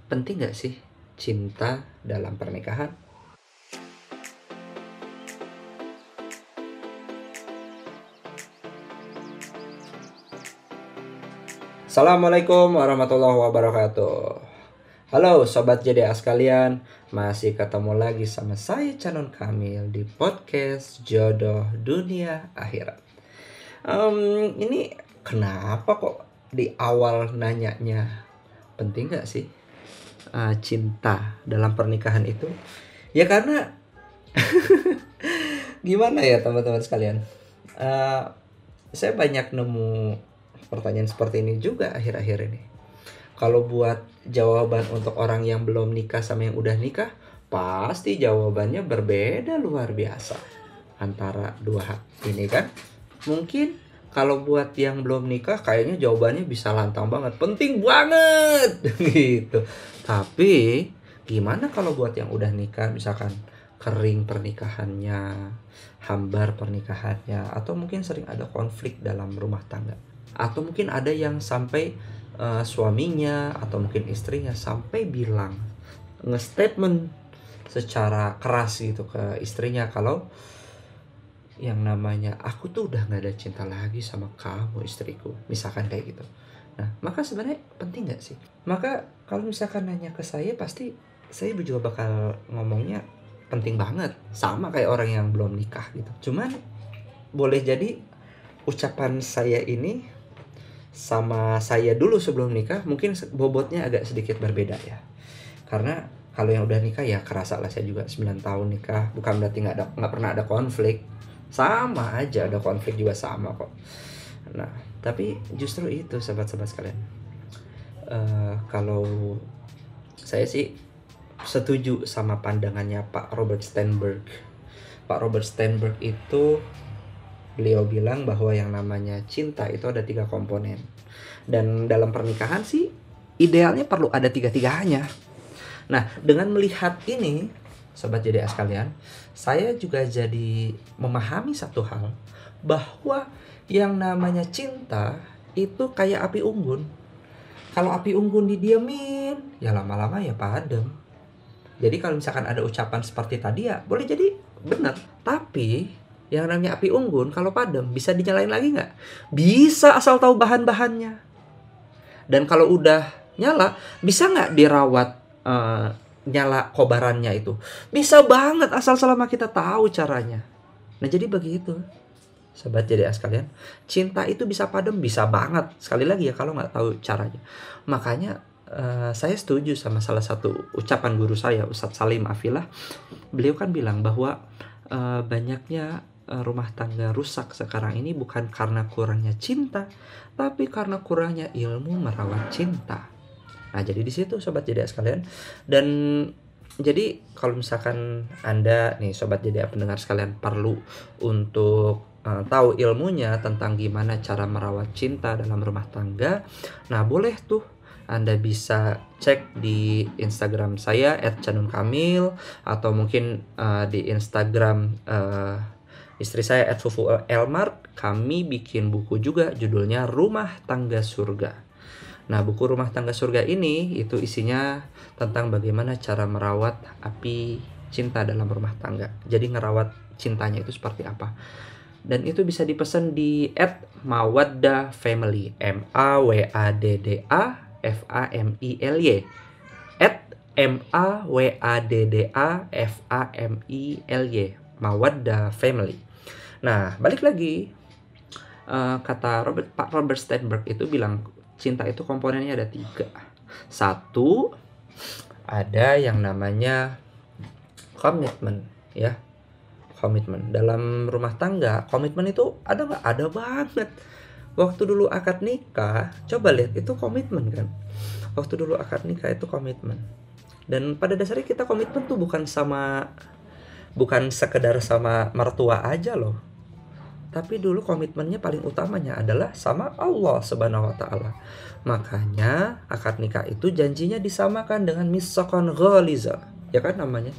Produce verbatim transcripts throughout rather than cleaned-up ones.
Penting nggak sih cinta dalam pernikahan? Assalamualaikum warahmatullahi wabarakatuh. Halo Sobat J D A sekalian, masih ketemu lagi sama saya Canon Kamil di podcast Jodoh Dunia Akhirat. Um, ini kenapa kok di awal nanyanya penting gak sih uh, cinta dalam pernikahan itu? Ya karena gimana ya teman-teman sekalian, uh, saya banyak nemu pertanyaan seperti ini juga akhir-akhir ini. Kalau buat jawaban untuk orang yang belum nikah sama yang udah nikah, pasti jawabannya berbeda luar biasa antara dua ini kan. Mungkin kalau buat yang belum nikah kayaknya jawabannya bisa lantang banget, penting banget gitu. Tapi gimana kalau buat yang udah nikah, misalkan kering pernikahannya, hambar pernikahannya, atau mungkin sering ada konflik dalam rumah tangga, atau mungkin ada yang sampai uh, suaminya atau mungkin istrinya sampai bilang, nge-statement secara keras gitu ke istrinya kalau yang namanya aku tuh udah gak ada cinta lagi sama kamu istriku, misalkan kayak gitu. Nah, maka sebenarnya penting gak sih? Maka kalau misalkan nanya ke saya, pasti saya juga bakal ngomongnya penting banget, sama kayak orang yang belum nikah gitu. Cuman boleh jadi ucapan saya ini sama saya dulu sebelum nikah mungkin bobotnya agak sedikit berbeda ya. Karena kalau yang udah nikah ya kerasa lah, saya juga sembilan tahun nikah, bukan berarti nggak ada nggak pernah ada konflik. Sama aja, ada konflik juga sama kok. Nah, tapi justru itu sahabat-sahabat sekalian. Uh, kalau saya sih setuju sama pandangannya Pak Robert Sternberg. Pak Robert Sternberg itu beliau bilang bahwa yang namanya cinta itu ada tiga komponen. Dan dalam pernikahan sih idealnya perlu ada tiga-tiganya. Nah, dengan melihat ini, Sobat J D A sekalian, saya juga jadi memahami satu hal, bahwa yang namanya cinta itu kayak api unggun. Kalau api unggun didiemin, ya lama-lama ya padam. Jadi kalau misalkan ada ucapan seperti tadi ya boleh jadi benar. Tapi yang namanya api unggun kalau padam bisa dinyalain lagi nggak? Bisa, asal tahu bahan-bahannya. Dan kalau udah nyala, bisa nggak dirawat uh, nyala kobarannya itu? Bisa banget, asal selama kita tahu caranya. Nah jadi begitu, Sobat J D A sekalian. Cinta itu bisa padam, bisa banget. Sekali lagi ya kalau nggak tahu caranya. Makanya uh, saya setuju sama salah satu ucapan guru saya, Ustadz Salim Afilah. Beliau kan bilang bahwa uh, banyaknya rumah tangga rusak sekarang ini bukan karena kurangnya cinta, tapi karena kurangnya ilmu merawat cinta. Nah, jadi di situ Sobat J D A sekalian. Dan jadi kalau misalkan Anda nih Sobat J D A pendengar sekalian perlu untuk uh, tahu ilmunya tentang gimana cara merawat cinta dalam rumah tangga, nah boleh tuh Anda bisa cek di Instagram saya et canon kamil, atau mungkin uh, di Instagram uh, istri saya et fufu elmar. Kami bikin buku juga judulnya Rumah Tangga Surga. Nah, buku Rumah Tangga Surga ini itu isinya tentang bagaimana cara merawat api cinta dalam rumah tangga. Jadi ngerawat cintanya itu seperti apa. Dan itu bisa dipesan di et mawaddah family, M A W A D D A F A M I L Y, et M A W A D D A F A M I L Y, Mawaddah Family. Nah, balik lagi, uh, kata Robert, Pak Robert Sternberg itu bilang cinta itu komponennya ada tiga. Satu, ada yang namanya komitmen, ya. Komitmen dalam rumah tangga. Komitmen itu ada nggak? Ada banget. Waktu dulu akad nikah, coba lihat itu komitmen kan. Waktu dulu akad nikah itu komitmen. Dan pada dasarnya kita komitmen tuh bukan sama, bukan sekedar sama mertua aja loh. Tapi dulu komitmennya paling utamanya adalah sama Allah Subhanahu wa taala. Makanya akad nikah itu janjinya disamakan dengan mitsaqan ghaliza. Ya kan namanya.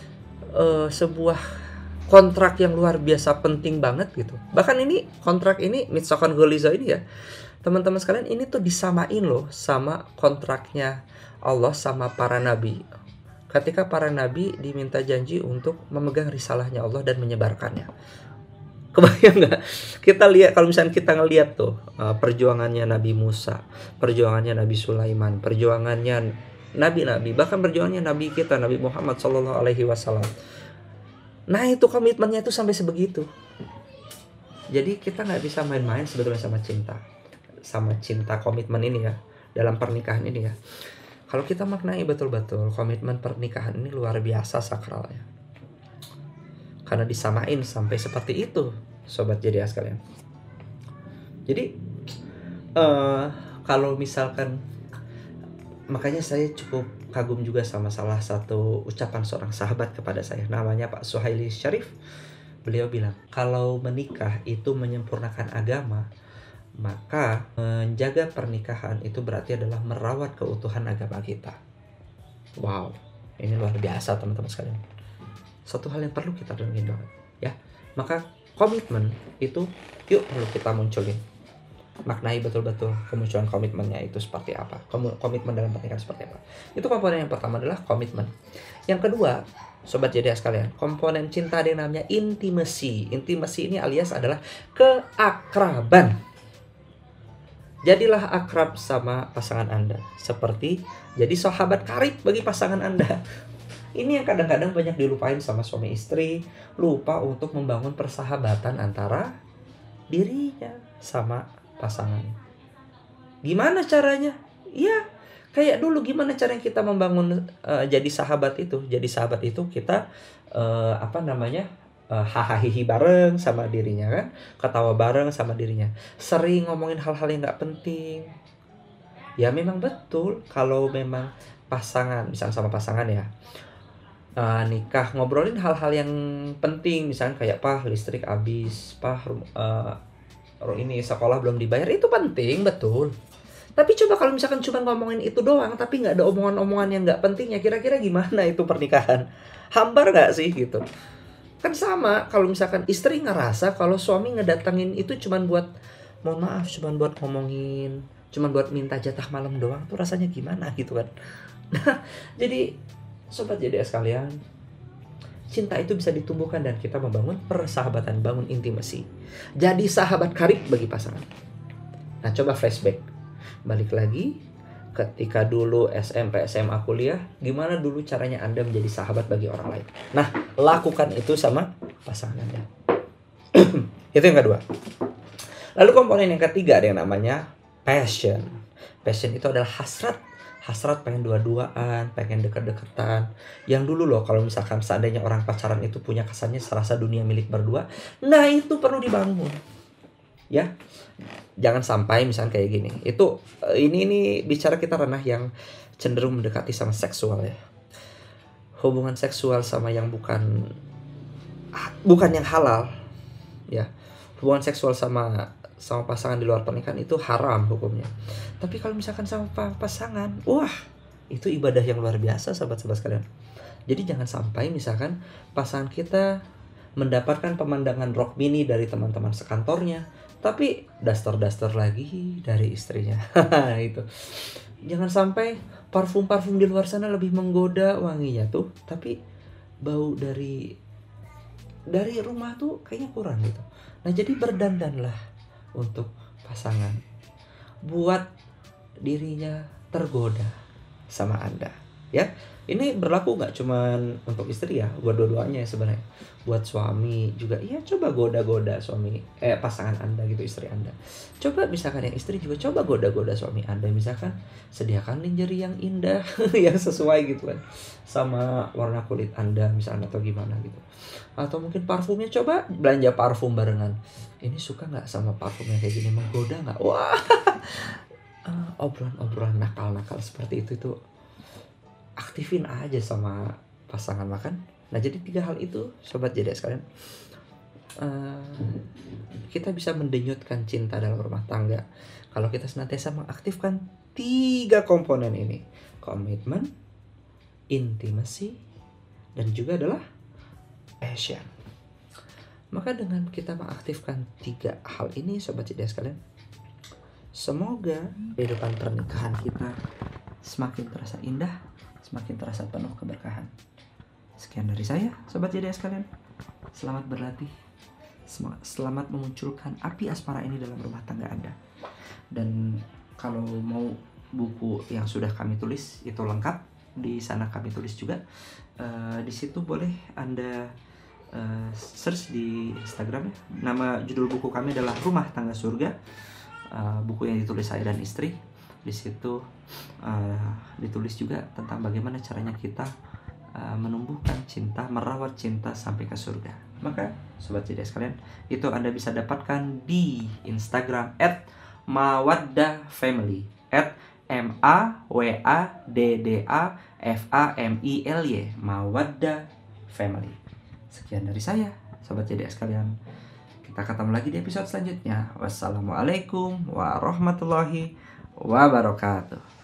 E, sebuah kontrak yang luar biasa penting banget gitu. Bahkan ini kontrak ini mitsaqan ghaliza ini ya, teman-teman sekalian, ini tuh disamain loh sama kontraknya Allah sama para nabi. Ketika para nabi diminta janji untuk memegang risalahnya Allah dan menyebarkannya. Kebayang nggak? Kita lihat, kalau misalnya kita ngelihat tuh uh, perjuangannya Nabi Musa, perjuangannya Nabi Sulaiman, perjuangannya nabi-nabi, bahkan perjuangannya Nabi kita, Nabi Muhammad Shallallahu Alaihi Wasallam. Nah itu komitmennya itu sampai sebegitu. Jadi kita nggak bisa main-main sebetulnya sama cinta, sama cinta komitmen ini ya, dalam pernikahan ini ya. Kalau kita maknai betul-betul, komitmen pernikahan ini luar biasa sakralnya. Karena disamain sampai seperti itu, sobat J D A sekalian. Jadi uh, kalau misalkan, makanya saya cukup kagum juga sama salah satu ucapan seorang sahabat kepada saya, namanya Pak Suhaili Syarif. Beliau bilang, kalau menikah itu menyempurnakan agama, maka menjaga pernikahan itu berarti adalah merawat keutuhan agama kita. Wow, ini luar biasa teman-teman sekalian. Satu hal yang perlu kita dengerin banget ya. Maka komitmen itu yuk perlu kita munculin. Maknai betul-betul kemunculan komitmennya itu seperti apa. Komitmen dalam pernikahan seperti apa. Itu komponen yang pertama adalah komitmen. Yang kedua, sobat J D A sekalian, komponen cinta ada yang namanya intimacy. Intimacy ini alias adalah keakraban. Jadilah akrab sama pasangan Anda, seperti jadi sahabat karib bagi pasangan Anda. Ini yang kadang-kadang banyak dilupain sama suami istri, lupa untuk membangun persahabatan antara dirinya sama pasangan. Gimana caranya? Ya, kayak dulu gimana caranya kita membangun uh, jadi sahabat itu? Jadi sahabat itu kita uh, apa namanya? Uh, hahaha bareng sama dirinya kan, ketawa bareng sama dirinya, sering ngomongin hal-hal yang nggak penting. Ya memang betul kalau memang pasangan, misalnya sama pasangan ya, uh, nikah ngobrolin hal-hal yang penting, misalnya kayak pah listrik habis, pah uh, ini sekolah belum dibayar, itu penting betul. Tapi coba kalau misalkan cuma ngomongin itu doang, tapi nggak ada omongan-omongan yang nggak pentingnya, kira-kira gimana itu pernikahan? Hambar nggak sih gitu? Kan sama kalau misalkan istri ngerasa kalau suami ngedatengin itu cuman buat, mohon maaf, cuman buat ngomongin, cuman buat minta jatah malam doang, tuh rasanya gimana gitu kan. Nah, jadi sobat J D A sekalian, cinta itu bisa ditumbuhkan dan kita membangun persahabatan, bangun intimasi. Jadi sahabat karib bagi pasangan. Nah, coba flashback. Balik lagi ketika dulu S M P, S M A, kuliah, gimana dulu caranya Anda menjadi sahabat bagi orang lain? Nah, lakukan itu sama pasangan Anda. Itu yang kedua. Lalu komponen yang ketiga ada yang namanya passion. Passion itu adalah hasrat. Hasrat pengen dua-duaan, pengen deket-deketan. Yang dulu loh, kalau misalkan seandainya orang pacaran itu punya kesannya serasa dunia milik berdua, nah itu perlu dibangun. Ya, jangan sampai misalnya kayak gini. Itu ini ini bicara kita ranah yang cenderung mendekati sama seksual ya. Hubungan seksual sama yang bukan bukan yang halal ya. Hubungan seksual sama sama pasangan di luar pernikahan itu haram hukumnya. Tapi kalau misalkan sama pasangan, wah, itu ibadah yang luar biasa sahabat-sahabat sekalian. Jadi jangan sampai misalkan pasangan kita mendapatkan pemandangan rok mini dari teman-teman sekantornya, tapi daster-daster lagi dari istrinya. Itu. Jangan sampai parfum-parfum di luar sana lebih menggoda wanginya tuh, tapi bau dari dari rumah tuh kayaknya kurang gitu. Nah, jadi berdandanlah untuk pasangan, buat dirinya tergoda sama Anda. Ya, ini berlaku nggak cuman untuk istri ya, buat dua-duanya sebenarnya. Buat suami juga, iya coba goda-goda suami, eh pasangan Anda gitu, istri Anda. Coba misalkan yang istri juga coba goda-goda suami Anda, misalkan sediakan lingerie yang indah, yang sesuai gitu kan, sama warna kulit Anda misalnya atau gimana gitu. Atau mungkin parfumnya, coba belanja parfum barengan. Ini suka nggak sama parfum yang kayak gini, menggoda nggak? Wah, uh, obrolan-obrolan nakal-nakal seperti itu itu aktifin aja sama pasangan makan. Nah, jadi tiga hal itu sobat J D A sekalian, uh, kita bisa mendenyutkan cinta dalam rumah tangga kalau kita senantiasa mengaktifkan tiga komponen ini: komitmen, intimasi, dan juga adalah passion. Maka dengan kita mengaktifkan tiga hal ini sobat J D A sekalian, semoga kehidupan pernikahan kita semakin terasa indah, semakin terasa penuh keberkahan. Sekian dari saya, Sobat J D A sekalian. Selamat berlatih. Selamat memunculkan api asmara ini dalam rumah tangga Anda. Dan kalau mau buku yang sudah kami tulis itu lengkap, di sana kami tulis juga. Uh, di situ boleh Anda uh, search di Instagram. Nama judul buku kami adalah Rumah Tangga Surga. Uh, buku yang ditulis saya dan istri. Di situ uh, ditulis juga tentang bagaimana caranya kita uh, menumbuhkan cinta, merawat cinta sampai ke surga. Maka Sobat J D A sekalian, itu Anda bisa dapatkan di Instagram at mawaddah family, at M A W A D D A F A M I L Y, Mawaddah Family. Sekian dari saya, Sobat J D A sekalian. Kita ketemu lagi di episode selanjutnya. Wassalamualaikum warahmatullahi wabarakatuh.